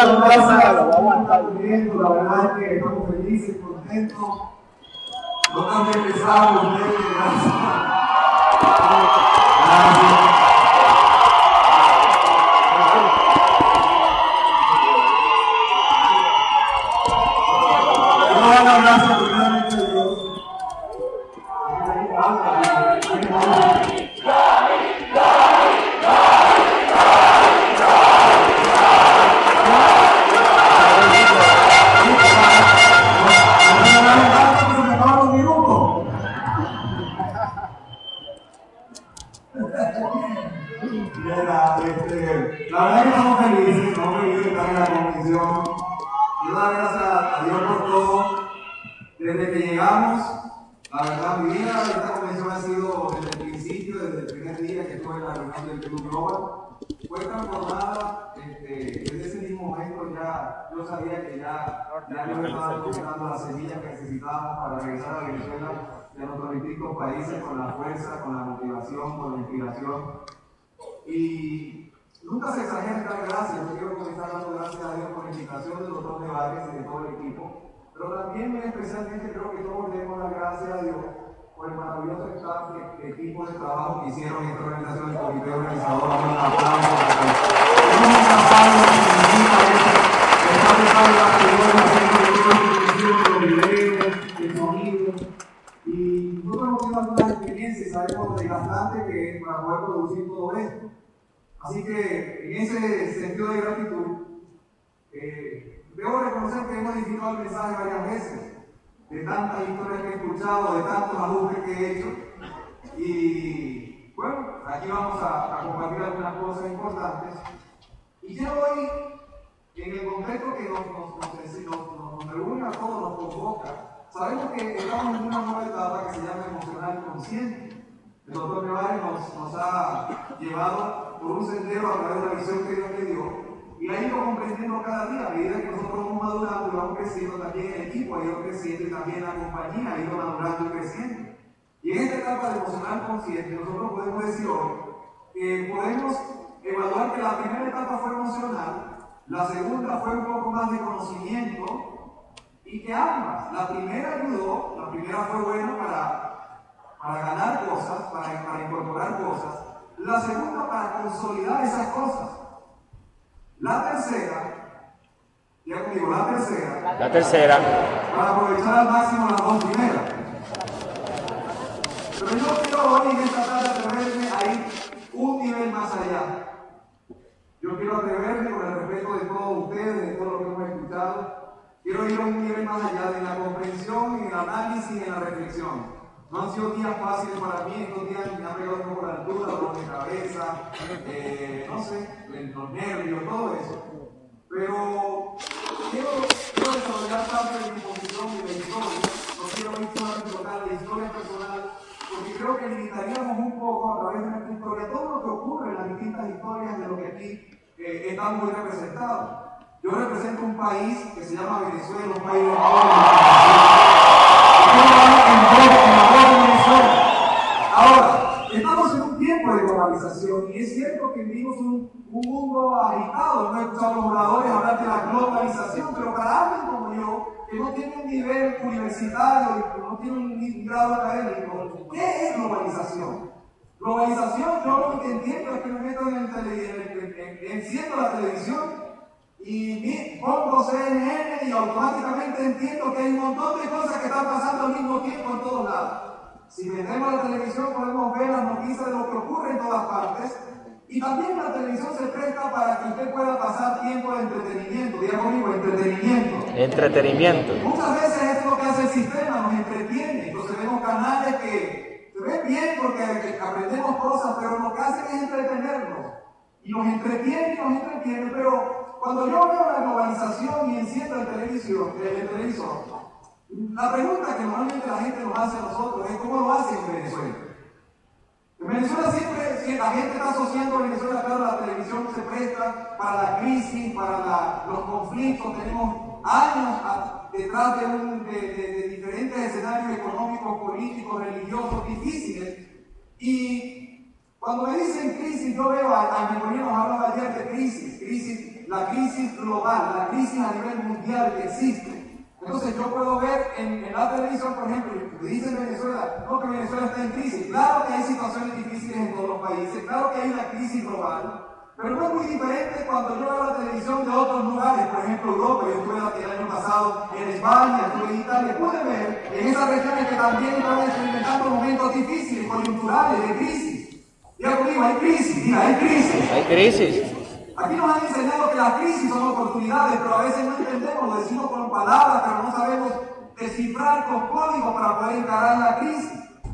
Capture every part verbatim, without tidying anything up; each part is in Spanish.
La verdad es que estamos felices, contentos. No tan empezamos, ustedes, gracias. Gracias. No, no, gracias, primeramente a Dios. La verdad que estamos felices, estamos felices de estar en la comisión. Quiero dar gracias a Dios por todo. Desde que llegamos, la verdad, mi vida en esta convención ha sido desde el principio, desde el primer día que estuve en la reunión del Club Global. Fue transformada, este, desde ese mismo momento ya yo sabía que ya, ya yo estaba colocando las semillas que necesitábamos para regresar a Venezuela y a nuestros distintos países con la fuerza, con la motivación, con la inspiración. Y nunca se exagera dar gracias. Yo quiero comenzar dando gracias a Dios por la invitación del doctor Nevares y de todo el equipo. Pero también, muy especialmente, creo que todos debemos dar gracias a Dios por el maravilloso staff, el equipo de trabajo que hicieron en esta organización, el comité organizador. Un aplauso. Es un trabajo que significa eso. Está preparado la televisión, los videos, el sonido. Y nosotros hemos tenido algunas experiencias y sabemos lo desgastante que es para poder producir todo esto. Así que, en ese sentido de gratitud, eh, debo reconocer que hemos edificado el mensaje varias veces, de tantas historias que he escuchado, de tantos ajustes que he hecho. Y bueno, aquí vamos a, a compartir algunas cosas importantes. Y quiero hoy, en el contexto que nos, nos, nos, nos, nos reúne a todos, nos convoca, sabemos que estamos en una nueva etapa que se llama emocional consciente. El doctor Nevares nos, nos ha llevado por un sendero a través de la visión que Dios le dio y la ha ido comprendiendo cada día. A medida que nosotros vamos madurando y vamos creciendo, también el equipo ha ido creciendo y también la compañía ha ido madurando y creciendo. Y en esta etapa de emocional consciente, nosotros podemos decir hoy que podemos evaluar que la primera etapa fue emocional, la segunda fue un poco más de conocimiento y que ambas, la primera ayudó, la primera fue buena para, para ganar cosas, para, para incorporar cosas. La segunda para consolidar esas cosas. La tercera, ya conmigo, la tercera. La tercera. Para aprovechar al máximo las dos primeras. Pero yo quiero hoy en esta tarde atreverme a ir un nivel más allá. Yo quiero atreverme con el respeto de todos ustedes, de todo lo que hemos escuchado. Quiero ir a un nivel más allá de la comprensión, en el análisis y en la reflexión. No han sido días fáciles para mí, estos días me han pegado un poco la altura, dolor de cabeza, eh, no sé, los nervios, todo eso. Pero quiero, quiero desarrollar parte de mi posición y de la historia. No quiero ir solamente tocar la historia personal, porque creo que limitaríamos un poco a través de nuestra historia todo lo que ocurre en las distintas historias de lo que aquí eh, estamos muy representados. Yo represento un país que se llama Venezuela, un país de Ahora, estamos en un tiempo de globalización y es cierto que vivimos un, un mundo agitado. No he escuchado a los oradores hablar de la globalización, pero para alguien como yo, que no tiene un nivel universitario y no tiene un, un grado académico, ¿qué es globalización? Globalización, yo lo que entiendo es que me meto en el tele, enciendo la televisión y pongo C N N y automáticamente entiendo que hay un montón de cosas que están pasando al mismo tiempo en todos lados. Si vendemos la televisión podemos ver las noticias de lo que ocurre en todas partes y también la televisión se presta para que usted pueda pasar tiempo de entretenimiento. Diga conmigo, entretenimiento. Entretenimiento. Muchas veces es lo que hace el sistema, nos entretiene. Entonces vemos canales que se ven bien porque aprendemos cosas, pero lo que hacen es entretenernos. Y nos entretiene y nos entretiene, pero cuando yo veo la globalización y enciendo el, televisión, el televisor, la pregunta que normalmente la gente nos hace a nosotros es ¿cómo lo hacen en Venezuela? En Venezuela siempre, si la gente está asociando a Venezuela, claro, la televisión se presta para la crisis, para la, los conflictos, tenemos años a, detrás de, un, de, de, de diferentes escenarios económicos, políticos, religiosos difíciles, y Cuando me dicen crisis, yo veo, a, a mi compañero nos hablaba ayer de crisis, crisis, la crisis global, la crisis a nivel mundial que existe. Entonces yo puedo ver en, en la televisión, por ejemplo, que dicen Venezuela, no, que Venezuela está en crisis. Claro que hay situaciones difíciles en todos los países, claro que hay una crisis global, pero no es muy diferente cuando yo veo la televisión de otros lugares, por ejemplo Europa. Yo estuve el año pasado en España, estuve en Italia, pude ver en esas regiones que también estaban experimentando momentos difíciles, coyunturales, de crisis. Diga conmigo, hay crisis, diga, hay crisis. Hay crisis. Aquí nos han enseñado que las crisis son oportunidades, pero a veces no entendemos, lo decimos con palabras, pero no sabemos descifrar con código para poder encarar la crisis.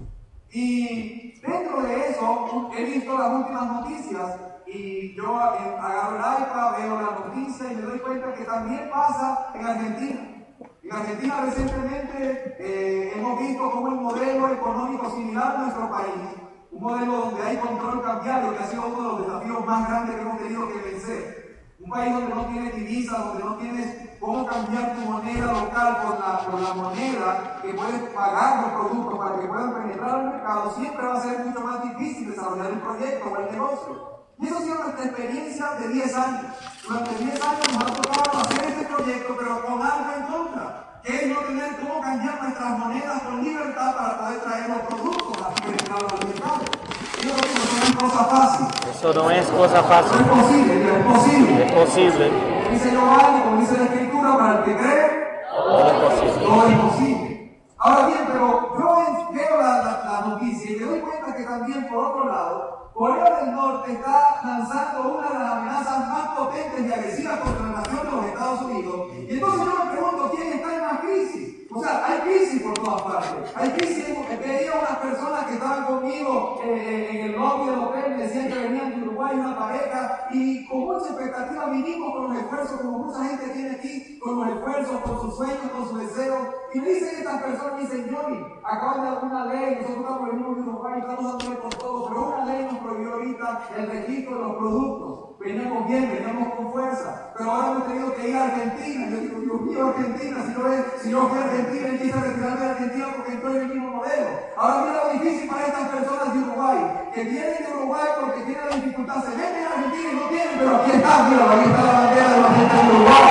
Y dentro de eso, he visto las últimas noticias y yo eh, agarro el iPad, veo la noticia y me doy cuenta que también pasa en Argentina. En Argentina recientemente eh, hemos visto como un modelo económico similar a nuestro país, un modelo donde hay control cambiario, que ha sido uno de los desafíos más grandes que hemos tenido que vencer. Un país donde no tienes divisas, donde no tienes cómo cambiar tu moneda local por la, por la moneda que puedes pagar los productos para que puedan penetrar al mercado, siempre va a ser mucho más difícil desarrollar el proyecto o el negocio. Y eso ha sido nuestra experiencia de diez años. Durante diez años nos ha tocado hacer este proyecto, pero con algo en contra, que es no tener cómo cambiar nuestras monedas con libertad para poder traer los productos al mercado. Y yo creo que eso no es cosa fácil. Eso no es cosa fácil. No es posible, es posible. Es posible. Dice Giovanni, como dice la Escritura, para el que cree, Todo es posible. todo es posible. Ahora bien, pero yo veo la, la, la noticia y me doy cuenta que también, por otro lado, Corea del Norte está lanzando una de las amenazas más potentes y agresivas contra la nación de los Estados Unidos. Y entonces yo me pregunto, ¿quién está en la crisis? O sea, hay crisis por todas partes. Hay crisis porque veía unas personas que estaban conmigo eh, en el lobby del hotel, me decían que venían de Uruguay, una pareja, y con mucha expectativa vinimos con los esfuerzos, como mucha gente tiene aquí, con los esfuerzos, con sus sueños, con sus deseos. Y me dicen estas personas, me dicen, Johnny, acaban de dar una ley, nosotros estamos venimos de Uruguay, estamos dándole por todo, pero una ley nos prohibió ahorita el registro de los productos. Veníamos bien, veníamos con fuerza, pero ahora hemos tenido que ir a Argentina. Yo digo, Dios mío, Argentina, si no, es, si no fue Argentina, yo quise retirarme de Argentina porque estoy en el mismo modelo. Ahora mira lo difícil para estas personas de Uruguay, que vienen de Uruguay porque tienen la dificultad, se meten a Argentina y no tienen, pero aquí está, mira, aquí está la bandera de la gente de Uruguay.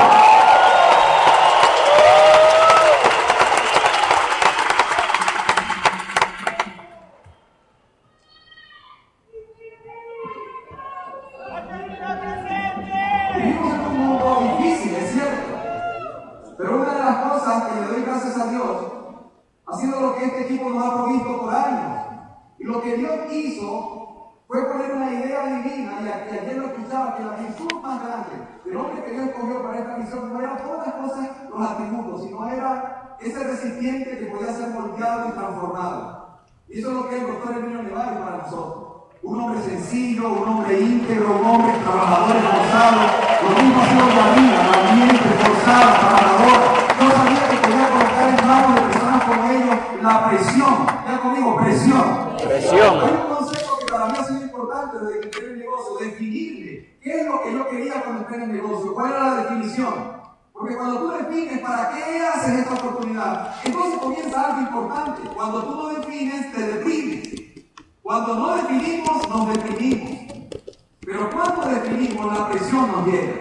Vivimos en un mundo difícil, es cierto, pero una de las cosas que le doy gracias a Dios ha sido lo que este equipo nos ha provisto por años. Y lo que Dios hizo fue poner una idea divina, y ayer lo escuchaba, que la virtud más grande del hombre que Dios escogió para esta misión no eran todas las cosas, los atributos, sino era ese recipiente que podía ser moldeado y transformado. Y eso es lo que el doctor Emilio Nevares para nosotros. Un hombre sencillo, un hombre íntegro, un hombre trabajador esforzado. Lo mismo ha sido la vida, valiente, esforzado, trabajador. Yo sabía que podía colocar en manos de personas como ellos la presión. Ya conmigo, presión. Presión. Hay un concepto que para mí ha sido importante desde que entré en el negocio, definirle qué es lo que yo quería cuando entré en el negocio, cuál era la definición. Porque cuando tú defines para qué haces esta oportunidad, entonces comienza algo importante. Cuando tú no defines, te deprimes. Cuando no definimos, nos deprimimos. Pero cuando definimos, la presión nos llega.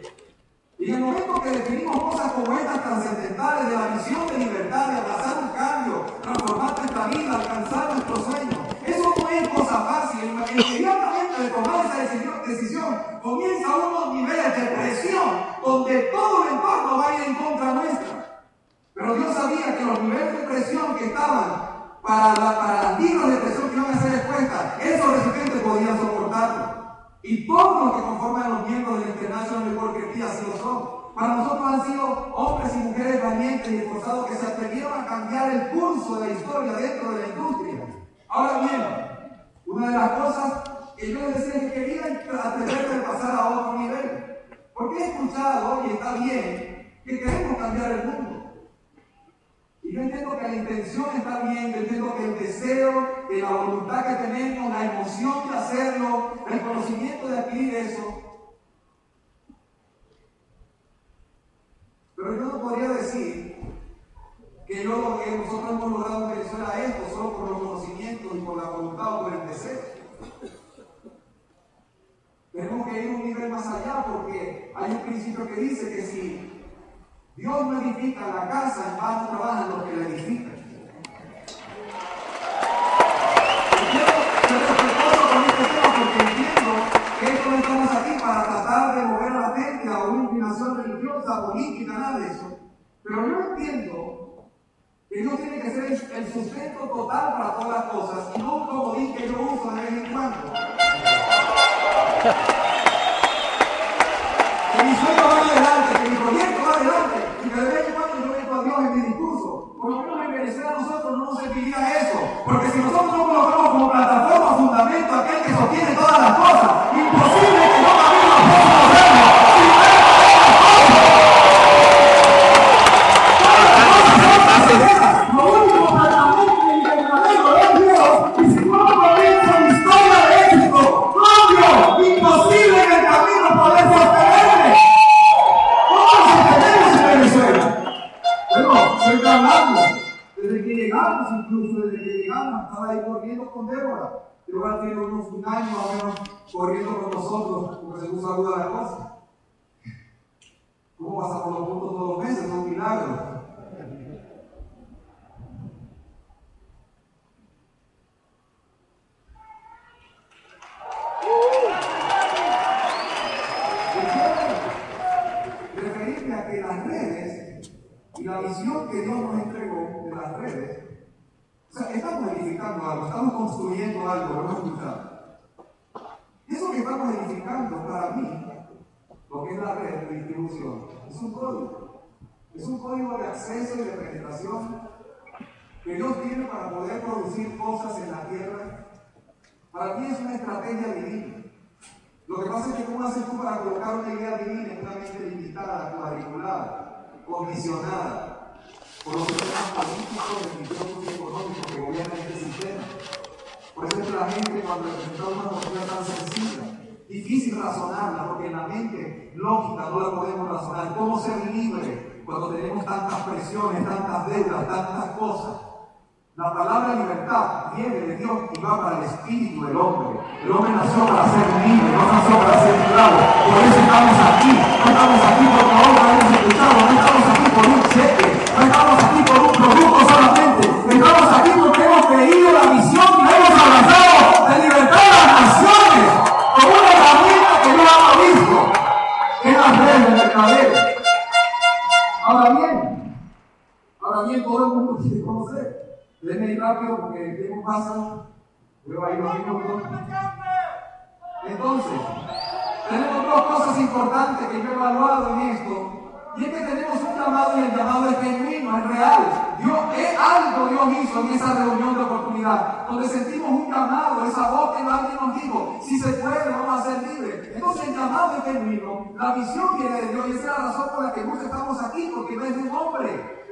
Y en el momento que definimos cosas como estas trascendentales de la visión de libertad, de abrazar un cambio, transformar nuestra vida, alcanzar nuestros sueños, eso no es cosa fácil. Inmediatamente de tomar esa decisión, comienza unos niveles de presión donde todo el entorno va a ir en contra nuestra. Pero Dios sabía que los niveles de presión que estaban para, la, para las libros de presión que iban a ser expuestas, esos recipientes podían soportarlo. Y todos los que conforman los miembros del International Worker Team así lo son. Para nosotros han sido hombres y mujeres valientes y esforzados que se atrevieron a cambiar el curso de la historia dentro de la industria. Ahora bien, una de las cosas que yo les decía es que querían atreverse a pasar a otro nivel. Porque he escuchado, y está bien, que queremos cambiar el mundo. Y yo entiendo que la intención está bien, yo entiendo que el deseo, que la voluntad que tenemos, la emoción de hacerlo, el conocimiento de adquirir eso. Pero yo no podría decir que yo lo que nosotros hemos logrado en Venezuela esto solo por los conocimientos y por la voluntad o por el deseo. porque hay un principio que dice que si Dios no edifica la casa, en vano trabajan los que la edifican. Quiero ser respetuoso con este tema porque entiendo que esto no estamos aquí para tratar de mover a la gente a una inclinación religiosa, política, nada de eso. Pero yo entiendo que Dios tiene que ser el sustento total para todas las cosas y no un comodín que yo uso de vez en cuando. Que mi sueño va adelante, que mi proyecto va adelante y que de vez en cuando yo meto a Dios en mi discurso. Por lo menos en Venezuela a nosotros no nos serviría eso, porque si nosotros no colocamos como plataforma, fundamento, aquel que sostiene todas las cosas, imposible que no camino a todos los reinos. Lo único plantamento y verdadero es Dios, y si no comienza mi historia de éxito, cambio, imposible en el camino poder sostenerme. ¿Cómo sostenemos en Venezuela? Bueno, se está hablando. Desde que llegamos, incluso desde que llegamos, estaba ahí corriendo con Débora. Débora tiene unos un año más o menos corriendo con nosotros, porque se puso aguda la cosa. ¿Cómo pasamos los puntos todos los meses? Es un milagro. Referirme a que las redes y la visión que Dios nos entregó de las redes, o sea, estamos edificando algo, estamos construyendo algo, lo hemos escuchado. Y eso que estamos edificando, para mí, lo que es la red de distribución, es un código. Es un código de acceso y de penetración que Dios tiene para poder producir cosas en la tierra. Para mí es una estrategia divina. Lo que pasa es que ¿cómo haces tú para colocar una idea divina en una mente limitada, cuadriculada, condicionada por los sistemas políticos, religiosos y económicos que gobiernan este sistema? Por eso es que la gente, cuando le presenta una doctrina tan sencilla, difícil razonarla, porque en la mente lógica no la podemos razonar. ¿Cómo ser libre cuando tenemos tantas presiones, tantas deudas, tantas cosas? La palabra libertad viene de Dios y va para el espíritu del hombre. El hombre nació para ser libre, no nació para ser esclavo. Por eso estamos aquí. No estamos aquí porque ahora hemos escuchado, no estamos aquí por un cheque, no estamos aquí por un producto solamente. Estamos aquí porque hemos creído la visión y la hemos abrazado de libertad de las naciones como una herramienta que no ha visto en las redes de mercadeo. Ahora bien, ahora bien, todo el mundo quiere conocer. Déjenme ir rápido porque el tiempo pasa. Veo ahí los minutos. Entonces, tenemos dos cosas importantes que yo he evaluado en esto. Y es que tenemos un llamado y el llamado es genuino, es real. Dios, es algo Dios hizo en esa reunión de oportunidad, donde sentimos un llamado, esa voz que alguien nos dijo, si se puede, vamos a ser libres. Entonces el llamado es genuino, la visión viene de Dios y esa es la razón por la que muchos estamos aquí, porque no es de un hombre.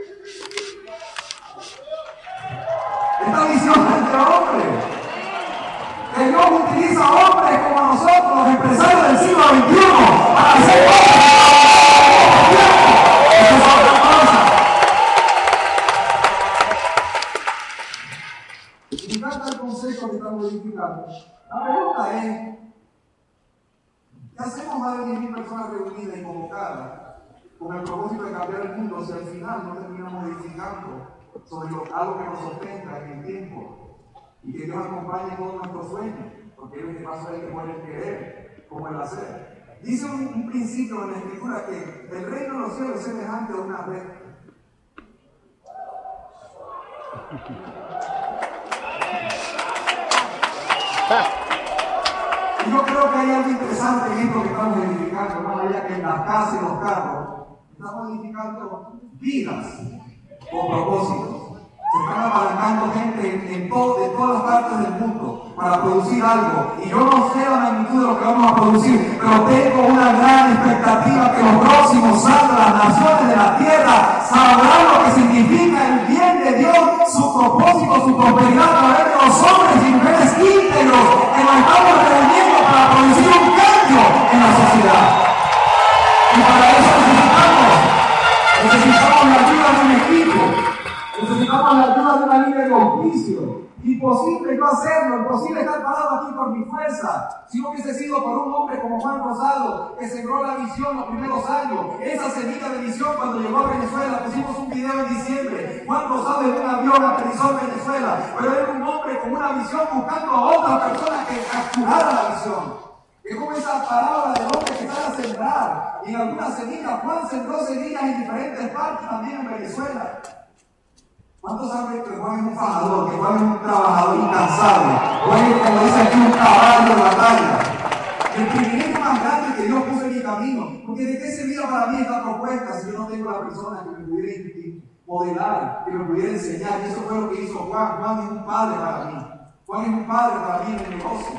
Esta visión es de hombre. Que Dios utiliza hombres como nosotros, los empresarios del siglo veintiuno, para hacer cosas. Esa es otra cosa. Y me encanta el concepto que estamos edificando. La pregunta es, ¿qué hacemos más de diez mil personas reunidas y convocadas con el propósito de cambiar el mundo si al final no terminamos edificando sobre lo, algo que nos sostenga en el tiempo y que Dios acompañe todos nuestros sueños? Porque es que pasa el que puede el querer como el hacer. Dice un, un principio en la Escritura que el reino de los cielos es semejante a una red. Y yo creo que hay algo interesante en esto que estamos edificando, más allá que en las casas y los carros. Estamos edificando vidas con propósitos. Se están apalancando gente en, en todo, de todas las partes del mundo para producir algo. Y yo no sé la magnitud de lo que vamos a producir, pero tengo una gran expectativa que los próximos años las naciones de la tierra sabrán lo que significa el bien de Dios, su propósito, su prosperidad a través de los hombres y mujeres íntegros que nos estamos reuniendo para producir un cambio en la sociedad. Y para eso necesitamos, necesitamos la ayuda de un equipo. Necesitamos la ayuda de una línea de auspicio. Imposible no hacerlo, imposible estar parado aquí por mi fuerza. Si no hubiese sido por un hombre como Juan Rosado, que sembró la visión los primeros años. Esa semilla de visión cuando llegó a Venezuela, pusimos un video en diciembre. Juan Rosado en un avión aterrizó en Venezuela, pero era un hombre con una visión buscando a otras personas que capturaran la visión. Es como esa parábola del hombre que está a sembrar. Y en algunas semillas, Juan sembró semillas en diferentes partes, también en Venezuela. ¿Cuántos saben que Juan es un fajador, que Juan es un trabajador incansable? Juan es, como dice aquí, un caballo de batalla. El privilegio más grande que Dios puso en mi camino. Porque ¿de qué servía para mí esta propuesta si yo no tengo la persona que me pudiera modelar, que me pudiera enseñar? Y eso fue lo que hizo Juan. Juan es un padre para mí. Juan es un padre para mí en el negocio.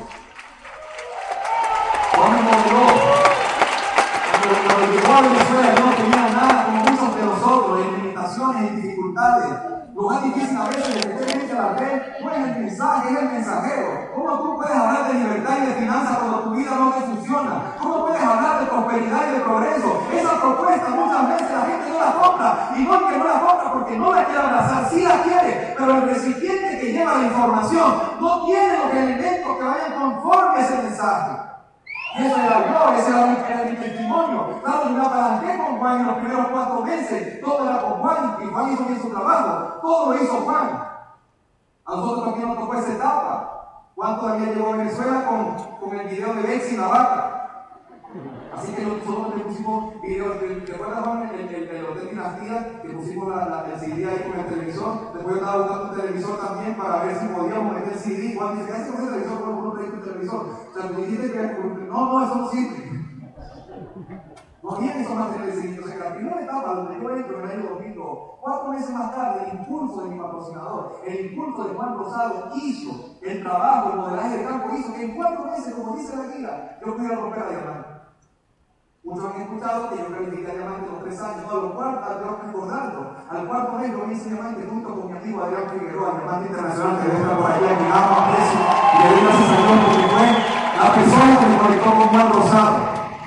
Juan me modeló. Cuando llegó a Venezuela no tenía nada como muchos de nosotros, en limitaciones, en dificultades. Lo más difícil a veces de que gente la red no es el mensaje, es el mensajero. ¿Cómo tú puedes hablar de libertad y de finanzas cuando tu vida no te funciona? ¿Cómo puedes hablar de prosperidad y de progreso? Esa propuesta muchas veces la gente no la compra. Y no es que no la compra porque no la quiere abrazar, sí la quiere, pero el recipiente que lleva la información no tiene los elementos que vayan conforme a ese mensaje. Y eso era yo, ese era mi, era mi testimonio. Claro, yo me apalanqué con Juan en los primeros cuatro meses. Todo era con Juan y Juan hizo bien su trabajo. Todo lo hizo Juan. A nosotros también nos tocó esa etapa. Juan todavía llegó a Venezuela con, con el video de Betsy la vaca. Así que nosotros le pusimos videos. ¿Te acuerdas, Juan, el, el, el Hotel Dinastía? Que pusimos la, la, el C D ahí con el televisor. Después yo estaba buscando un televisor también para ver si podíamos meter el C D. Juan dice, ¿qué hace con ese televisor? ¿Por qué no traes un televisor? O sea, tú dijiste que no, no, eso no sirve. No había esos materiales de C D. O sea, que la primera etapa donde yo entro en el año dos mil dos, cuatro meses más tarde, el impulso de mi patrocinador, el impulso de Juan Rosado hizo el trabajo, el modelaje de campo, hizo que en cuatro meses, como dice la guía, yo pudiera romper la diamante. Muchos han escuchado que yo califiqué a diamante los tres años, no, a los cuartos, tengo que recordarlo. Al cuarto mes yo me hice diamante junto con mi amigo Adrián Figueroa, diamante internacional que está por allá, que amo, aprecio, y le doy gracias a Dios porque fue la persona que me conectó con Juan Rosado.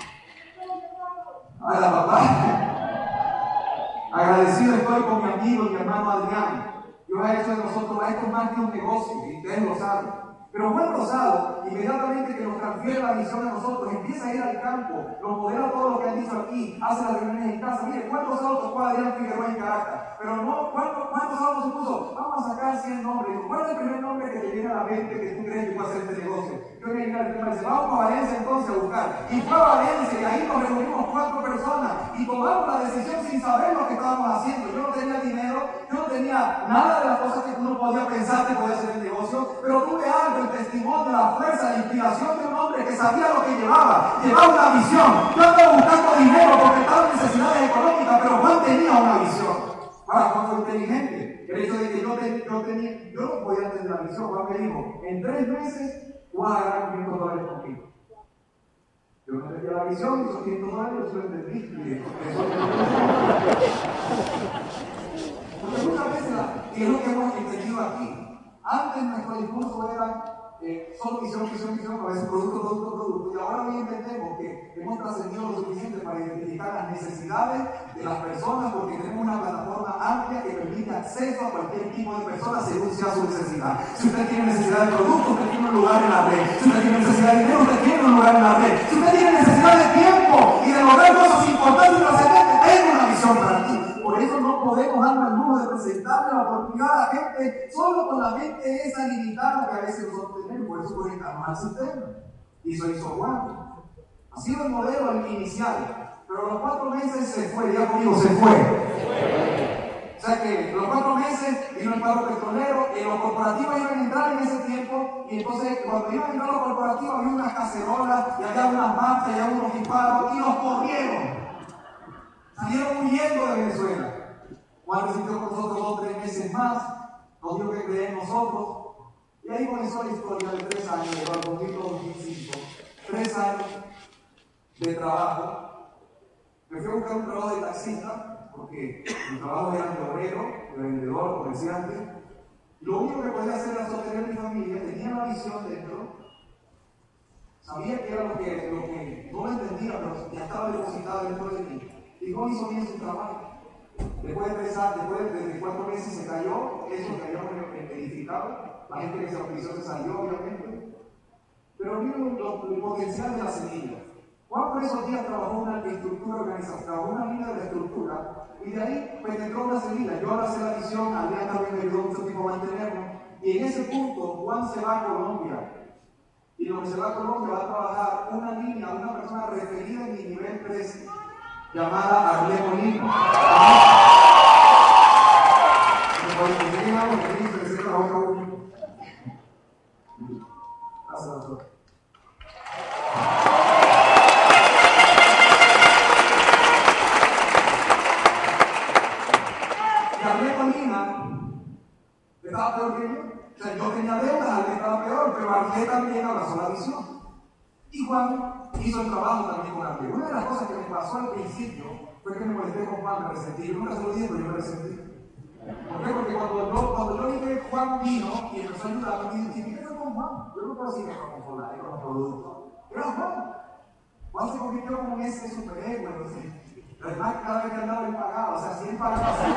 A la papá. Agradecido estoy con mi amigo y mi hermano Adrián. Dios ha hecho de nosotros, esto es más que un negocio, y ustedes lo saben. Pero Juan Rosado, inmediatamente que nos transfiere la visión a nosotros, empieza a ir al campo, nos modela todo lo que han dicho aquí, hace las reuniones en casa. Mire, Juan Rosado tocó a Adrián Figueroa en Caracas, pero no, Juan, Juan Rosado no se puso, vamos a sacar cien nombres. ¿Cuál es el primer nombre que te viene a la mente que tú crees que puede hacer este negocio? Yo voy a llegar al tema y dice, vamos a Valencia entonces a buscar. Y fue a Valencia y ahí nos reunimos cuatro personas y tomamos la decisión sin saber lo que estábamos haciendo. Yo no tenía dinero, yo no tenía nada de las cosas que uno podía pensar que podía hacer el negocio, pero tuve algo, el testimonio, la fuerza, la inspiración de un hombre que sabía lo que llevaba, llevaba una visión. Yo andaba buscando dinero porque estaba en necesidades económicas, pero Juan tenía una visión. Ahora, Juan fue inteligente. El hecho de que yo, ten, yo, tenía, yo no podía tener la visión, Juan me dijo, en tres meses tú vas a ganar quinientos dólares conmigo. Yo no tenía la visión, y esos quinientos dólares yo se lo entendí. Y eso porque muchas veces, y es lo que hemos entendido aquí, antes nuestro discurso era eh, solo visión, visión, visión, a veces producto, producto, producto, y ahora hoy entendemos que hemos trascendido lo suficiente para identificar las necesidades de las personas, porque tenemos una plataforma amplia que permite acceso a cualquier tipo de persona según sea su necesidad. Si usted tiene necesidad de producto, usted tiene un lugar en la red. Si usted tiene necesidad de dinero, usted tiene un lugar en la red. Si usted tiene necesidad de tiempo y de lograr cosas importantes y trascendentes, tengo una visión para ti. Por eso no podemos darnos el lujo de presentarle la oportunidad a la gente solo con la mente esa limitada que a veces nosotros tenemos. Por eso conectamos al sistema. Y eso hizo Juan. Ha sido el modelo inicial. Pero a los cuatro meses se fue. Diga conmigo, se fue. O sea que los cuatro meses vino el paro petrolero y los corporativos iban a entrar en ese tiempo. Y entonces cuando iban a entrar los corporativos había unas cacerolas y había unas marchas y había unos disparos y los corrieron. Salieron huyendo de Venezuela. Juan resistió con nosotros dos o tres meses más, nos dijo que creía en nosotros, y ahí comenzó la historia de tres años, de dos mil dos mil cinco, tres años de trabajo. Me fui a buscar un trabajo de taxista, porque mi trabajo era de obrero, de vendedor, comerciante. Lo único que podía hacer era sostener a mi familia, tenía la visión dentro, sabía que era lo que, lo que no lo entendía, pero ya estaba depositado dentro de mí. Y Juan hizo bien su trabajo. Después de tres años, después de cuatro meses se cayó, eso que habíamos edificado. La gente que se auspiciou se salió, obviamente. Pero vino el potencial de la semilla. Juan por esos días trabajó una estructura organizativa, una línea de la estructura, y de ahí penetró una semilla. Yo ahora sé la visión, Adrián también me ayudó mucho tiempo a mantenerlo, y en ese punto Juan se va a Colombia. Y lo que se va a Colombia va a trabajar una línea, una persona referida en mi nivel tres, llamada Arlene Molina. Gracias, doctor. Y Arlene Molina estaba peor que yo. O sea, yo tenía deudas, Arlene estaba peor, pero Arlene también abrazó la visión. Y Juan hizo el trabajo también con Arlene. Una de las cosas que me pasó al principio fue que me molesté con Juan, me resentí. Yo nunca se lo dije, pero yo me resentí. ¿Por qué? Porque cuando yo, cuando yo vi que Juan vino y empezó a ayudar, me dije, ¿qué fue con Juan? Yo no puedo decir que fue con Juan, con los productos. Era Juan. Juan se convirtió como en ese superhéroe. Además, cada vez que andaba él pagaba. O sea, si él pagaba así.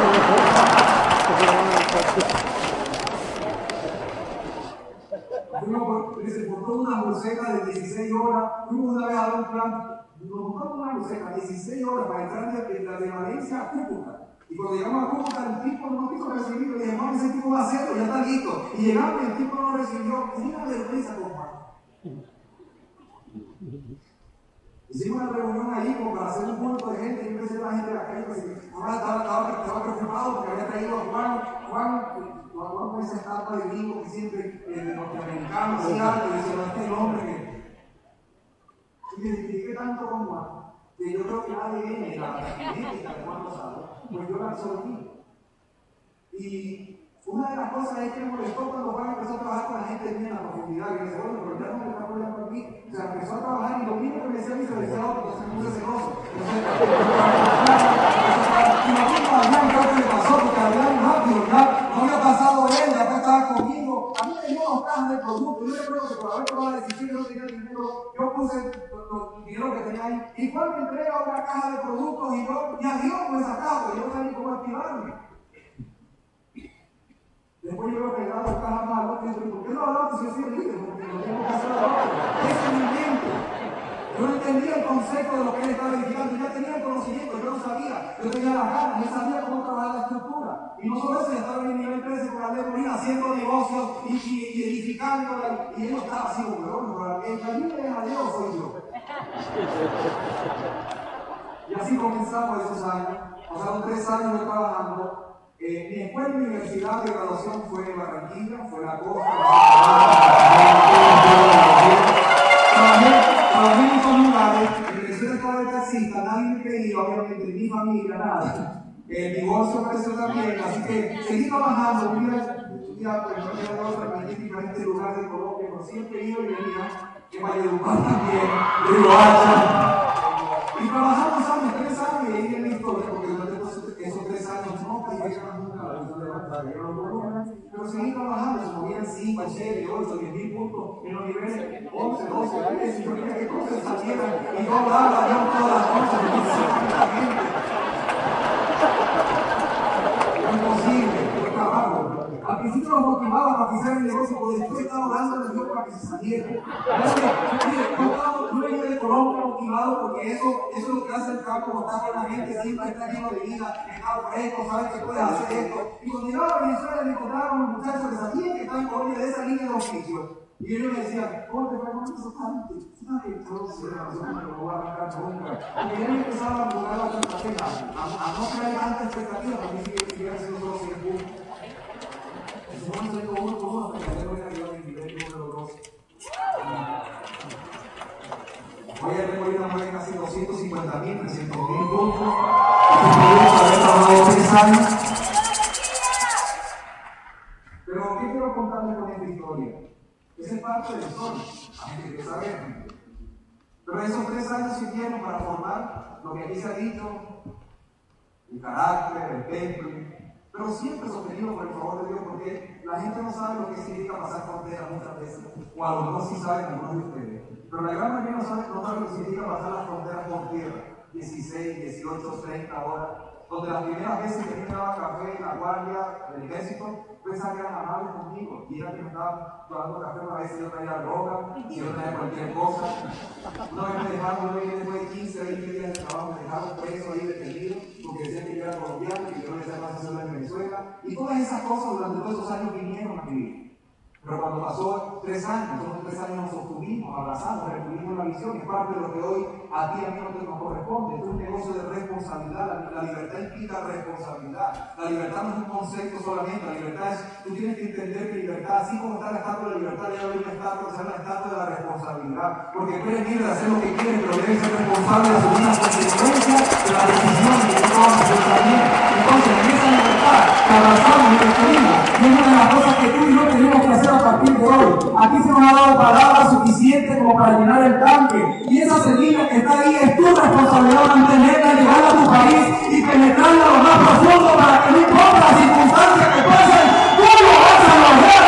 Fuimos por, se portó una buceca de dieciséis horas. Fuimos una vez a dar un plan. Nos buscamos una buceca de dieciséis horas para entrar de, de, de Valencia a Cúcuta. Y cuando llegamos a Cúcuta, el tipo no quiso recibirlo. Y dijimos, ese tipo va a hacerlo, ya está listo. Y llegamos y el tipo no lo recibió. Tenía una vergüenza, compadre. Hicimos una reunión ahí como para hacer un culto de gente. Y empecé a la gente de la calle. Pues, ahora estaba, estaba, estaba preocupado porque había traído a Juan. Juan, Juan con esa estatua de vivo que siempre eh, de norteamericano, así alto. Y decía, no, este es el hombre que. Y me identifiqué tanto con Juan que yo creo que la A D N, la genética de Juan Rosado, pues yo la absorbí. Y una de las cosas es que me molestó cuando Juan empezó a trabajar con la gente bien en la profundidad. Y me dice, bueno, pero ya no me está apoyando aquí. O sea, empezó a trabajar y lo mismo que me decía a mí se lo decía a otro, entonces me puse celoso. Y lo mismo a Adrián creo que le pasó, porque Adrián rápido, ya no había pasado él, ya estaba conmigo. A mí me dio dos cajas de producto. Yo recuerdo que por haber tomado la decisión yo no tenía dinero, yo puse el dinero que tenía ahí. Y Juan me entrega una caja de productos y yo me adiós con esa caja, porque yo no sabía cómo activarme. Después yo veo que el lado caja malo, y digo, ¿por qué no hablaste si yo soy líder? Porque lo tengo que hacer ahora. Ese es mi mente. Yo no entendía el concepto de lo que él estaba edificando, yo ya tenía el conocimiento, yo no sabía, yo tenía las ganas, yo sabía cómo trabajar la estructura. Y no solo eso, ya estaba en el nivel trece con la Molina haciendo negocios y, y, y edificándola, y él estaba así como, pero el camino es a Dios, soy yo. Y así comenzamos esos años, pasaron tres años de trabajando. Eh, mi escuela y universidad de graduación fue en Barranquilla, fue en la costa. Trabajé en muchos lugares, en Venezuela estaba de taxista, nadie me creía, obviamente, ni mi familia, nada. El divorcio apareció también, así que seguí trabajando. Un día, un día pues, yo me he dado en diferentes lugares de Colombia, pero siempre iba y venía, que Valledupar también, de Riohacha. Y trabajamos años, tres años, y ahí en la historia, porque durante esos tres años no calificaban nunca la visión de la pero seguí trabajando, se movían cinco, siete, ocho, diez mil puntos en los niveles once, doce, trece, y yo quería que cosas salieran, y yo hablaba, yo todas las cosas, y yo siempre gente. Imposible, yo trabajo. Al principio los motivaba para que hicieran el negocio, pero después estaba orando a Dios para que se saliera. Yo venía de Colombia motivado porque eso, eso es lo que hace el campo, contar con la gente, siempre está lleno de vida, está fresco, sabes que puedes hacer esto. Y cuando llegaba a Venezuela me encontraba con muchachos que sabían que estaban en Colombia de esa línea de oficio. Y ellos me decían, ¿cómo te fue con eso tanto? ¿Sabes? Entonces, no voy a arrancar nunca. Y ellos empezaban a buscar la estrategia, a, a no crear tanta expectativa, para mí siguiera siendo solo cien puntos. Vamos a ir con uno por uno, para que no venga yo en el nivel número dos. Hoy el Molina mueve casi doscientos cincuenta mil, trescientos mil puntos. Haber trabajado tres años. Pero, ¿qué quiero contarles con esta historia? Esa es parte del sol, la gente que sabe. Pero esos tres años sirvieron para formar lo que aquí se ha dicho: el carácter, el temple. Pero siempre sostenido por el favor de Dios, porque la gente no sabe lo que significa pasar fronteras muchas veces, o a lo mejor sí saben algunos de ustedes, pero la gran mayoría no sabe, no sabe lo que significa pasar las fronteras por tierra, dieciséis, dieciocho, treinta horas, donde las primeras veces que me daba café en la guardia del ejército, pensaban que eran amables conmigo, y era que me estaban tomando café, una vez yo traía droga, y yo traía cualquier cosa, una vez me dejaron, una vez me escribir. Pero cuando pasó tres años, esos tres años nos sostuvimos, abrazamos, recibimos la visión, es parte de lo que hoy a ti y a mí no te nos corresponde. Esto es un negocio de responsabilidad. La, la libertad implica responsabilidad. La libertad no es un concepto solamente, la libertad es, tú tienes que entender que libertad, así como está la estatua de la libertad, debe haber una estatua que se llama la estatua de la responsabilidad. Porque tú eres libre de hacer lo que quieres, pero debes ser responsable de asumir las consecuencias de la decisión que tú tomas de hacer también. Entonces, en esa libertad, te abrazamos y te despedimos. Y es una de las cosas que tú y yo tenemos que hacer a partir de hoy. Aquí se nos ha dado palabra suficiente como para llenar el tanque. Y esa semilla que está ahí es tu responsabilidad mantenerla, llevarla a tu país y penetrarla a lo más profundo para que no importa las circunstancias que pasen, tú lo vas a lograr.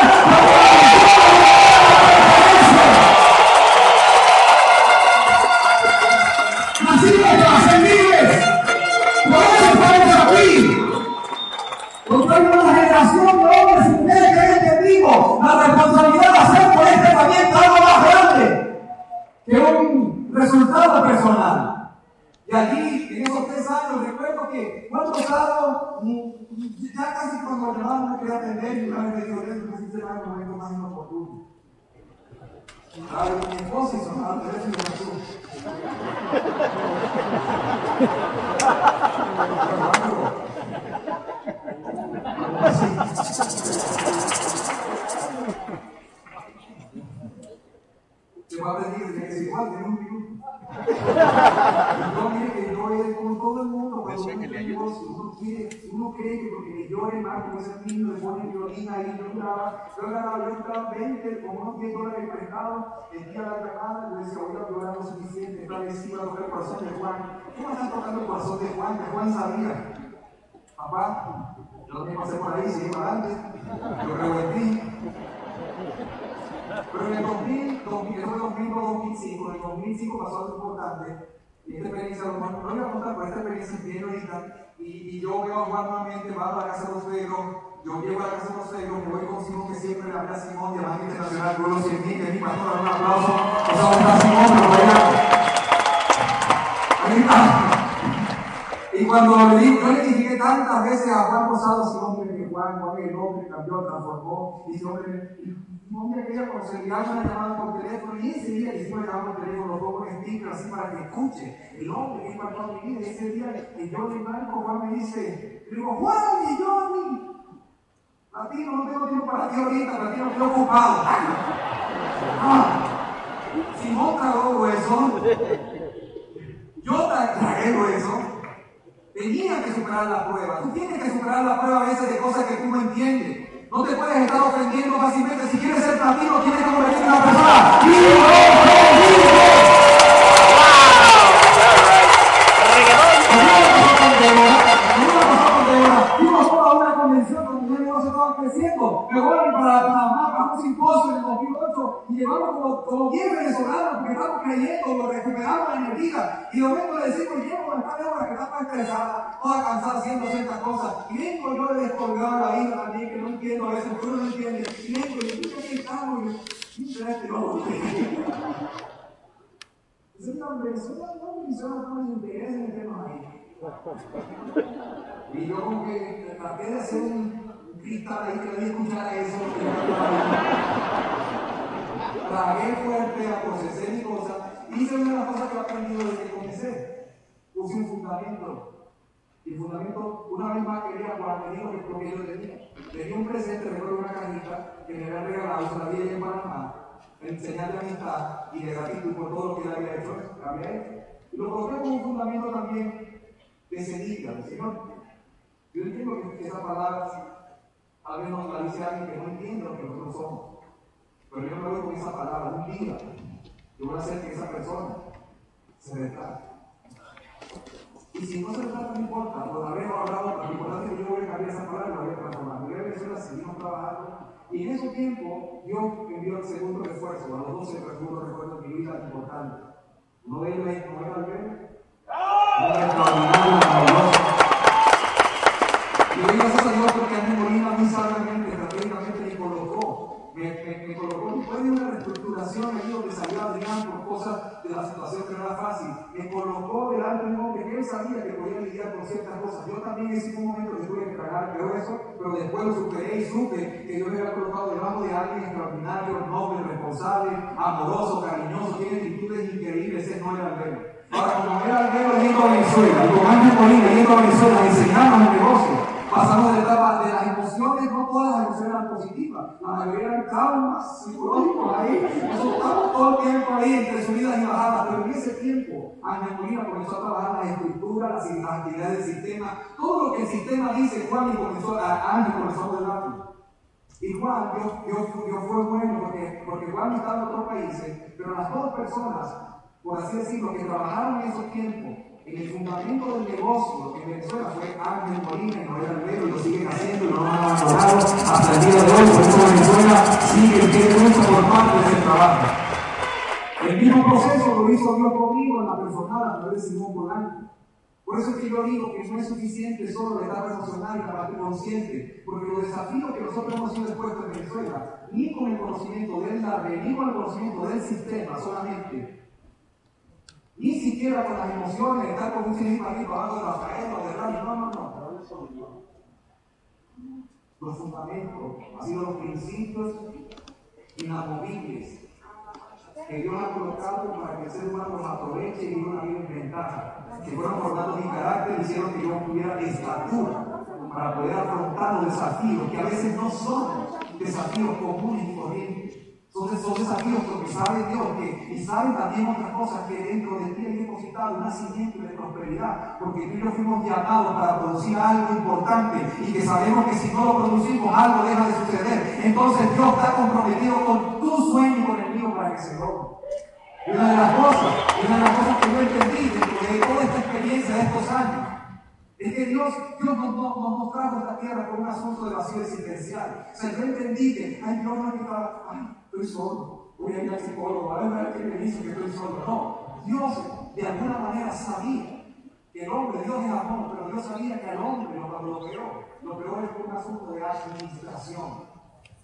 Nacimos para ser libres. Por eso estamos aquí. Porque hay una generación de hombres y mujeres que han entendido la responsabilidad de hacer por este país algo más grande que un resultado personal. Y allí, en esos tres años, recuerdo que fue pasado, ya casi cuando el hermano me quería atender, y una vez me dijo, que si se va el momento más inoportuno. Estaba con mi esposa y sonaba el teléfono y me dijo, se va a pedir que es igual, tiene un minuto. Yo mire que yo he con todo el mundo, cuando uno tiene negocio, uno quiere, uno cree que porque le llore más como ese niño le pone violina y yo grababa, yo grababa, yo entraba veinte, con unos diez dólares prestados, metía la llamada, yo decía, oiga, yo era lo suficiente, esta vez iba a tocar el corazón de Juan. ¿Cómo están tocando el corazón de Juan? Que Juan sabía. Papá, yo también pasé por ahí, seguí para adelante, lo revolví. Pero en el dos mil, dos mil, dos mil, dos mil cinco, en el dos mil cinco pasó algo importante. Y esta experiencia, no lo voy a contar, pero esta experiencia viene ahorita. Y, y yo veo a Juan nuevamente, va a la casa de los Fegros. Yo llego a la casa de los Fegros, me voy con Simón, que siempre le habla a Simón, diamante internacional, pueblo cien mil, que es mi pastor, un aplauso. Eso está Simón, pero vaya. Y cuando le digo, yo le dije tantas veces a Juan Rosado, ese hombre que Juan, Juan el hombre cambió, transformó, y ese hombre, un hombre que ella conseguía una llamada por teléfono, y ese día le hicimos llamada por teléfono, lo pongo en sticker así para que escuche, el hombre que impactó a mi vida, y ese día que yo le marco, Juan me dice, le digo, Juan, y yo, Latino, no tengo tiempo para ti ahorita, Latino, estoy ocupado. Ah, Simón tragó hueso, yo tragué hueso. Tenía que superar la prueba. Tú tienes que superar la prueba a veces de cosas que tú no entiendes. No te puedes estar ofendiendo fácilmente. Si quieres ser platino, tienes que convertirte en una persona fuimos a una convención donde los negocios estaban creciendo. Me voy para Panamá, para un simposio en el dos mil ocho y llevamos como, como diez venezolanos porque estamos creyendo, lo recuperamos la energía. Y de momento le decimos, llevo con esta Débora que está más estresada, toda cansada haciendo ciertas cosas. Y vengo yo de descolgado la vida también, que no entiendo a veces, porque uno no entiende. Y vengo y yo, ¿qué estamos? Y yo, este no. Es una Venezuela, no, Venezuela no nos interesa meternos ahí. Y yo como que traté de hacer un cristal ahí que nadie escuchara eso. Tragué fuerte, procesé mi cosa. Hice una de las cosas que he aprendido desde que comencé. Puse un fundamento. Y el fundamento, una vez más, quería cuando me dijo que porque yo tenía. Tenía un presente, recuerdo una cajita que me había regalado, se la vi en Panamá, en señal de amistad y de gratitud por todo lo que él había hecho. Había hecho. Y lo coloqué como un fundamento también de semilla, Señor. Yo entiendo que esas palabras a veces nos la dice alguien que no entiende lo que nosotros somos. Pero yo me voy con esa palabra, un día, yo voy a hacer que esa persona se retrate. Y si no se retrata, no importa, todavía no habrá otra. Lo importante es que yo voy a cambiar esa palabra y la voy a transformar. Yo voy a Venezuela, seguimos trabajando. Y en ese tiempo, Dios envió el segundo refuerzo, a los doce segundos refuerzos en mi vida importantes. Uno de ellos es Noel Alberto. Un extraordinario, maravilloso. Y doy gracias a Dios porque a mí Molina muy sabiamente, estratégicamente me colocó, me, me, me colocó después de una reestructuración ahí donde salió Adrián por cosas de la situación que no era fácil, me colocó delante de un hombre que que sabía que podía lidiar con ciertas cosas. Yo también en un momento que tuve que tragar peor eso, pero después lo superé y supe que Dios me había colocado debajo de alguien extraordinario, noble, responsable, amoroso, cariñoso, tiene actitudes increíbles, ese no era Albero. Ahora, como era Albero yendo a Venezuela, y con Ángel Molina yendo a Venezuela a enseñarnos el negocio, pasamos de la etapa de las emociones, no todas las emociones eran positivas, la mayoría eran traumas psicológicos ahí, nosotros estamos todo el tiempo ahí entre subidas y bajadas, pero en ese tiempo Ángel Molina comenzó a trabajar las estructuras, las, las actividades del sistema, todo lo que el sistema dice, Juan y comenzó a Ángel comenzó a modelarlo. Y Juan, Dios, Dios, Dios fue bueno porque, porque Juan estaba en otros países, pero las dos personas, por así decirlo, que trabajaron en esos tiempos, en el fundamento del negocio en Venezuela fue Ángel Molina y Noel Albero, y lo siguen haciendo y lo han abandonado hasta el día de hoy. Por eso Venezuela sigue en pie de lucha por parte de ese trabajo. El mismo proceso lo hizo Dios conmigo en la personal a través de Simón Polanco. Por eso es que yo digo que no es suficiente solo la etapa emocional y la parte consciente, porque los desafíos que nosotros hemos sido expuestos en Venezuela, ni con el conocimiento del NARRE, ni con el conocimiento del sistema solamente, ni siquiera con las emociones, estar con un cinismo aquí pagando de Rafael o de Rami, no, no, no. Los fundamentos han sido los principios inamovibles que Dios ha colocado para que el ser humano los aproveche y viva una vida en ventaja, que fueron formando mi carácter y hicieron que yo tuviera estatura para poder afrontar los desafíos, que a veces no son desafíos comunes y corrientes. Son, son desafíos porque sabe Dios que, y sabe también otras cosas que dentro de ti hay depositado un nacimiento de prosperidad, porque tú y yo fuimos llamados para producir algo importante y que sabemos que si no lo producimos algo deja de suceder. Entonces Dios está comprometido con tu sueño y con el mío para que se logre. Y una de las cosas, una de las cosas que yo entendí dentro de toda esta experiencia de estos años, es que Dios, Dios nos, nos, nos trajo a esta tierra por un asunto de vacío existencial. O sea, yo entendí que, ay, Dios no está, ay, estoy solo, voy a ir al psicólogo, a ver qué me dice que estoy solo. No, Dios de alguna manera sabía que el hombre, Dios es amor, pero Dios sabía que al hombre lo, lo creó. Lo creó es por un asunto de administración.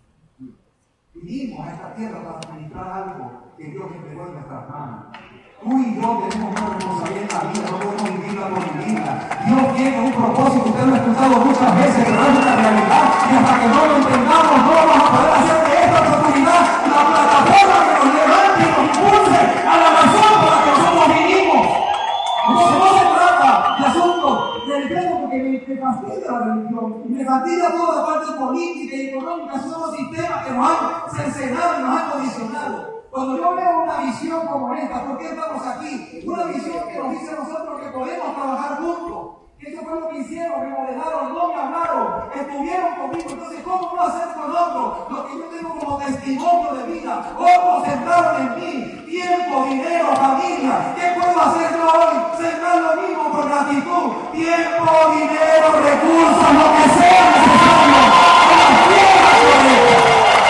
Vinimos a esta tierra para administrar algo que Dios entregó en nuestras manos. Tú y yo tenemos una responsabilidad en la vida, no podemos vivirla por vivirla. Dios tiene un propósito, usted lo ha escuchado muchas veces, pero es una realidad, y hasta que no lo entendamos, no vamos a poder hacer de esta oportunidad la plataforma que nos levante y nos impulse a la razón por la que nosotros vinimos. No, no se trata de asuntos religiosos, porque me, me fastidia la religión, y me fastidia toda la parte política y económica, son los sistemas que nos han cercenado y nos han condicionado. Cuando yo veo una visión como esta, ¿por qué estamos aquí? Una visión que nos dice a nosotros que podemos trabajar juntos. Eso fue lo que hicieron, me modelaron, no me hablaron, estuvieron conmigo. Entonces, ¿cómo no hacer con otros lo que yo tengo como testimonio de vida? Otros entraron en mí, tiempo, dinero, familia. ¿Qué puedo hacer yo hoy? Sembrar lo mismo por gratitud. Tiempo, dinero, recursos, lo que sea necesario. En las tierras correctas.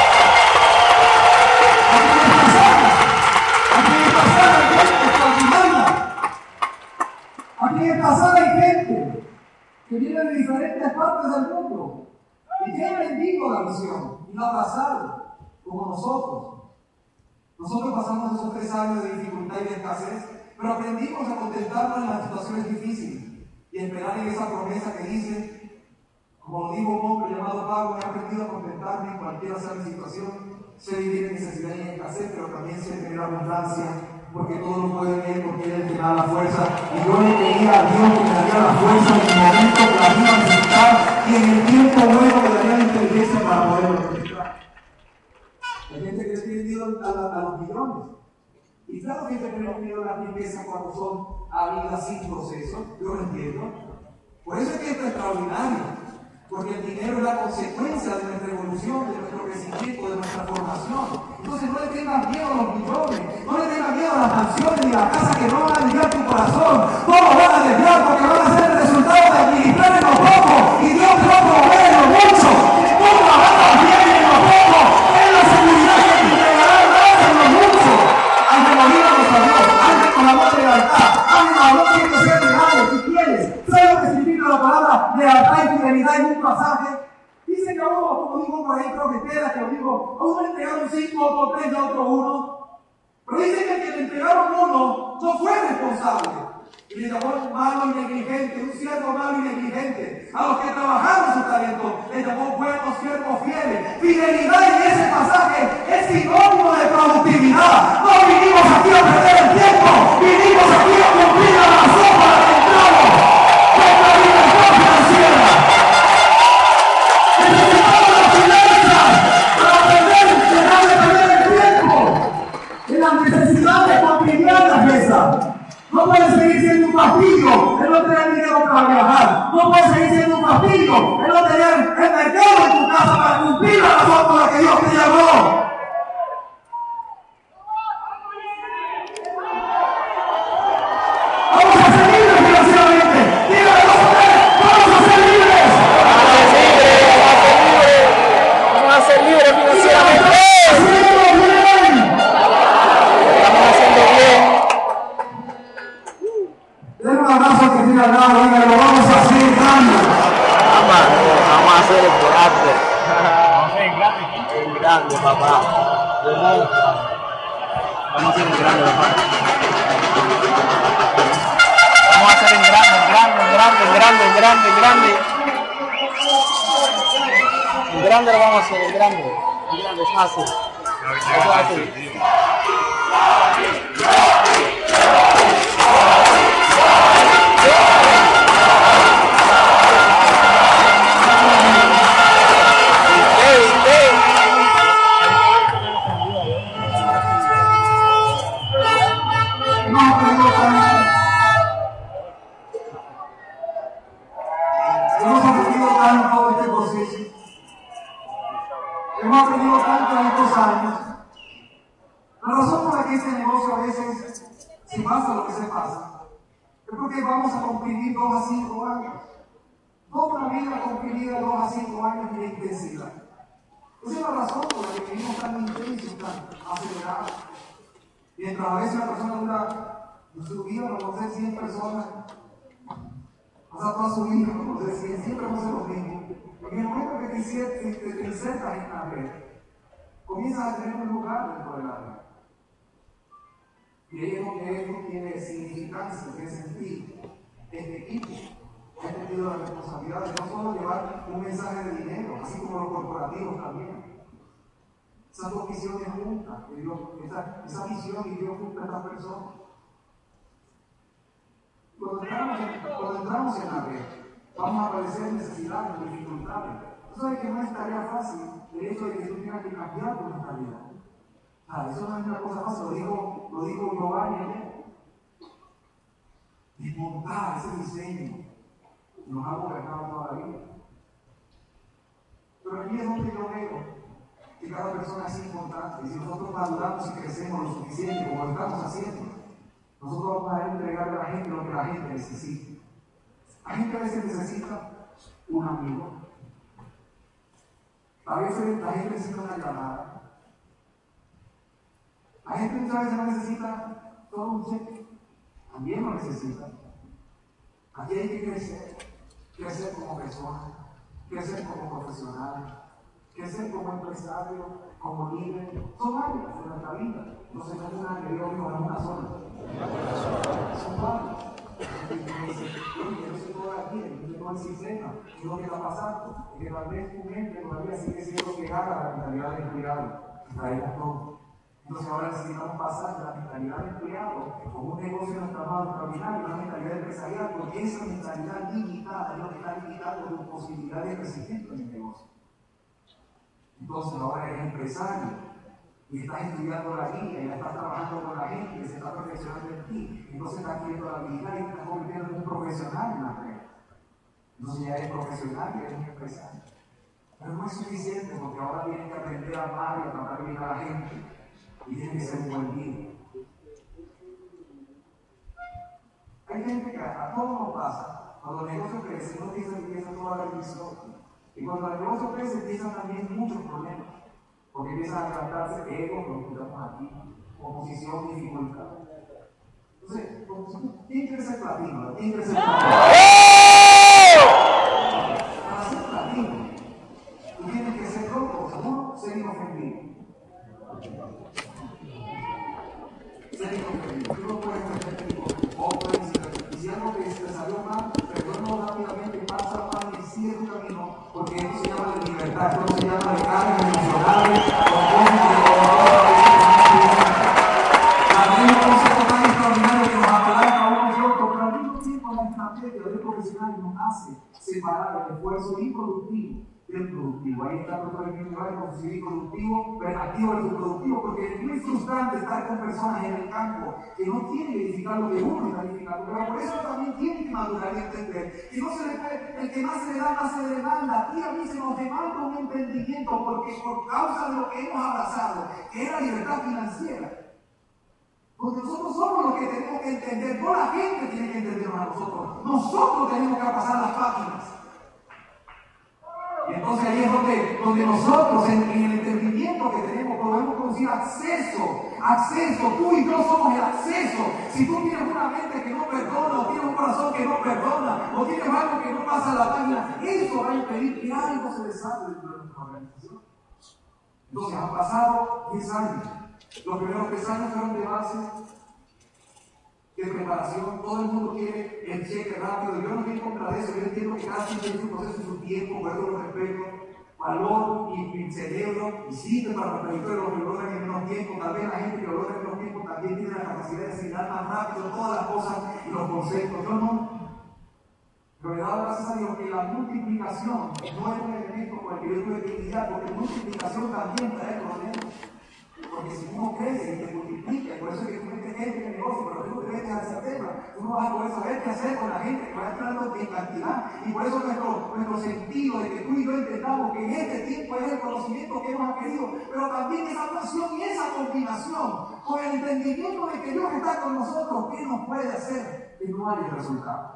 Aquí en esta sala hay gente que viene de diferentes partes del mundo y que han entendido la visión y la abrazaron como nosotros. Nosotros pasamos esos tres años de dificultad y de escasez, pero aprendimos a contentarnos en las situaciones difíciles y esperar en esa promesa que dice, como lo dijo un hombre llamado Pablo, he aprendido a contentarme en cualquiera sea mi situación. Sé vivir en necesidad y en escasez, pero también sé tener abundancia, porque todo lo puede él, porque él te da la fuerza. Y yo le pedía a Dios que me daría la fuerza en el momento que la iba a necesitar, y en el tiempo bueno me daría la inteligencia para poderlo necesitar. Hay gente que es miedo a, a, a los millones. Y claro que tenemos miedo a la riqueza cuando son habidas sin proceso, yo lo entiendo. Por eso es que esto es extraordinario. Porque el dinero es la consecuencia de nuestra evolución, de nuestro crecimiento, de nuestra formación. Entonces no le tengas miedo a los millones, no le tengas miedo a las mansiones ni a las casas que no van a desviar tu corazón. Todos van a desviar porque van a ser el resultado de administrar en lo poco y Dios te va a proveer en lo mucho. Tú trabajas bien en lo poco, en la seguridad que te entregará más en lo mucho. Ángel Molina nos habló, Ángel con amor de lealtad, Ángel habló tiene que ser leal si quieres. ¿Sabes lo que significa la palabra lealtad y fidelidad en un pasaje? Dice que a uno, como digo por ahí, creo que queda, que digo, a uno le entregaron cinco, a otro tres, a otro uno. Pero dice que el que le entregaron uno no fue responsable. Y le llamó malo y negligente, un siervo malo y negligente. A los que trabajaron su talento, le llamó buenos siervos fieles. Fidelidad en ese pasaje es sinónimo de productividad. No vinimos aquí a perder el tiempo, vinimos aquí a cumplir la razón para que entramos. Nuestra libertad financiera. Necesitamos las finanzas para aprender a dejar de perder el tiempo en las necesidades cotidianas esas. No puedes seguir siendo un fastidio el no tener dinero para viajar. No puedes seguir siendo un fastidio el no tener el mercado en tu casa para cumplir la razón por la que Dios te llamó. Vamos a ser libres financieramente. Dígale dos o tres, vamos a ser libres. Vamos a ser libres financieramente. Estamos haciendo bien. Den un abrazo al que tiene al lado, venga, lo vamos a hacer grande. Vamos, vamos a hacer el grande. Vamos a hacer el grande. El grande, papá. Vamos a hacer el grande, papá. Vamos a hacer el grande, el grande, el grande, el grande, el grande, el grande. El grande lo vamos a hacer, el grande. El grande es fácil. Es fácil. Hemos aprendido tanto este proceso. Hemos aprendido tanto en estos años. La razón por la que este negocio a veces se pasa lo que se pasa es porque vamos a comprimir dos a cinco años. Toda una vida comprimida de dos a cinco años de intensidad. Esa es la razón por la que vivimos tan intensos, tan acelerados. Mientras a veces una persona dura en su vida, no sé, cien personas, pasa toda su vida, no sé, cien, siempre vamos a ser los mismos. En el momento que te insertas en la red, comienzas a tener un lugar dentro de la red. Y ahí es donde esto tiene significancia, tiene sentido. Este equipo ha tenido la responsabilidad de no solo llevar un mensaje de dinero, así como los corporativos también. Esas dos visiones juntas, que Dios, esa, esa visión y Dios junta a estas personas. Cuando entramos, en, cuando entramos en la red, vamos a padecer necesidades, dificultades. Eso es que no es tarea fácil, el hecho de que tú tengas que cambiar tu mentalidad. Ah, eso no es una cosa fácil, lo dijo, lo dijo Giovanni ayer. Desmontar ese diseño que nos ha gobernado toda la vida. Pero aquí es donde yo veo que cada persona es importante. Y si nosotros maduramos y crecemos lo suficiente, como lo estamos haciendo, nosotros vamos a entregarle a la gente lo que la gente necesita. La gente a veces necesita un amigo. A veces la gente necesita una llamada. La gente muchas veces no necesita todo un cheque. También lo necesita. Aquí hay que crecer. Crecer como persona. Crecer como profesional. Crecer como empresario, como líder. Son áreas de nuestra vida. No se trata de una que Dios dijo, no es una sola. Son varias. Yo soy todavía, yo tengo el sistema, yo lo que está pasando, y que tal vez tu mente todavía sigue siendo pegada a la mentalidad de empleado, que traemos todo. Entonces ahora necesitamos pasar de la mentalidad de empleado como un negocio en nuestra mano extraordinario, una mentalidad empresarial, porque esa mentalidad limitada es lo que está limitando tus posibilidades de crecimiento en el negocio. Entonces ahora eres empresario y estás estudiando la guía, y ya estás trabajando con la gente, y se está perfeccionando en ti, entonces estás adquiriendo la habilidad y te estás convirtiendo en un profesional en la red. Entonces ya eres profesional y eres un empresario. Pero no es suficiente porque ahora tienes que aprender a amar y a tratar bien a la gente, y tienes que ser un buen líder. Hay gente que a todos nos pasa, cuando el negocio crece, uno piensa que empieza toda la bendición, y cuando el negocio crece empiezan también muchos problemas. Porque empiezan a levantarse egos, lo que estamos aquí, oposición, dificultad. Entonces, ¿quién quiere ser platino? ¿Quién quiere ser platino? Para ser platino, tú tienes que ser dos cosas. Uno, ser inofendido. Ser inofendido. Tú no puedes meter tipo, o puedes si algo te, te salió mal, perdónalo rápidamente, pasa mal y sigue tu camino, porque esto se llama de libertad, esto se llama de cargas emocionales, también un concepto tan extraordinario que nos apalanca a uno y otro, pero al mismo tiempo la estrategia del profesional nos hace separar el esfuerzo improductivo del productivo. Ahí está el doctor Emilio Valle con su C V productivo, activo versus productivo, porque es muy frustrante estar con personas en el campo que no quieren edificar lo que uno está edificando, pero por eso también tienen que madurar y entender que no se le puede, el que más se le da, más se le demanda, y a mí se nos demanda un entendimiento, porque por causa de lo que hemos abrazado, que es la libertad financiera, porque nosotros somos los que tenemos que entender, no la gente tiene que entendernos a nosotros, nosotros tenemos que pasar las páginas. Y entonces ahí es donde, donde nosotros, en, en el entendimiento que tenemos, podemos producir acceso, acceso, tú y yo somos el acceso. Si tú tienes una mente que no perdona, o tienes un corazón que no perdona, o tienes algo que no pasa la página, eso va a impedir que algo se desate dentro de nuestra organización. Entonces han pasado diez años. Los primeros tres años fueron de base, de preparación, todo el mundo quiere el cheque rápido, y yo no estoy en contra de eso, yo entiendo que cada quien tiene su proceso y su tiempo, por eso lo respeto, valor y mi cerebro, y sirve para los territorios, los que logran en menos tiempo, tal vez la gente que logra en menos tiempo también tiene la capacidad de asimilar más rápido todas las cosas y los conceptos, yo no. Pero le he dado gracias a Dios que la multiplicación no es un elemento con el que yo tuve que lidiar, porque multiplicación también trae problemas. Porque si uno crece y te multiplica, por eso es que tú metes gente en el negocio, pero tú te metes a ese tema, tú no vas a poder saber qué hacer con la gente que va entrando en cantidad. Y por eso nuestro, nuestro sentido de que tú y yo entendamos que en este tiempo es el conocimiento que hemos adquirido, pero también esa pasión y esa combinación con el entendimiento de que Dios está con nosotros, ¿qué nos puede hacer que no haya resultado?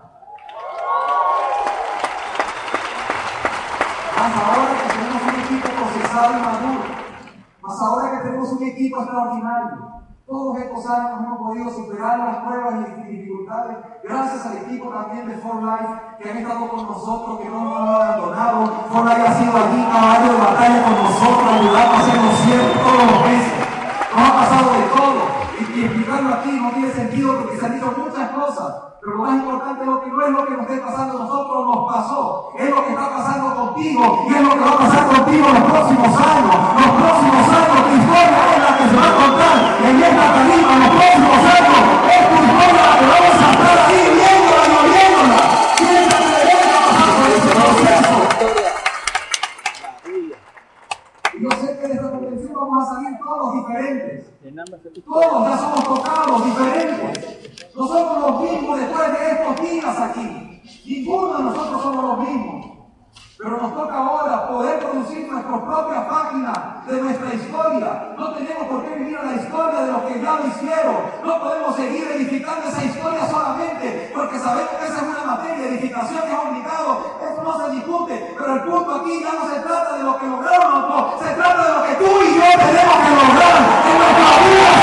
Más ahora que tenemos un equipo procesado y maduro, más ahora que tenemos un equipo extraordinario, todos estos años hemos podido superar las pruebas y dificultades, gracias al equipo también de For Life, que han estado con nosotros, que no nos han abandonado. For Life ha sido allí caballo de batalla con nosotros, ayudando a hacernos siempre todos los meses. Nos ha pasado de todo, y, y explicarlo aquí no tiene sentido porque se han dicho muchas cosas, pero lo más importante es lo que no es lo que nos esté pasando a nosotros, nos pasó, es lo que está pasando contigo, y es lo que va a pasar contigo en los próximos años. Los próximos años, tu historia es la que se va a contar en esta tarima. Los próximos años es tu historia la que vamos a estar ahí viéndola y oyéndola. Piensa que debes pasar por ese proceso. Y yo sé que de esta convención vamos a salir todos diferentes. Todos ya somos tocados diferentes. No somos los mismos después de estos días aquí. Ninguno de nosotros somos los mismos. Pero nos toca ahora poder producir nuestra propia página de nuestra historia. No tenemos por qué vivir a la historia de los que ya lo hicieron. No podemos seguir edificando esa historia solamente porque sabemos que esa es una materia. Edificación es obligado. Eso no se discute. Pero el punto aquí ya no se trata de lo que lograron, no. Se trata de lo que tú y yo tenemos que lograr en nuestra vida.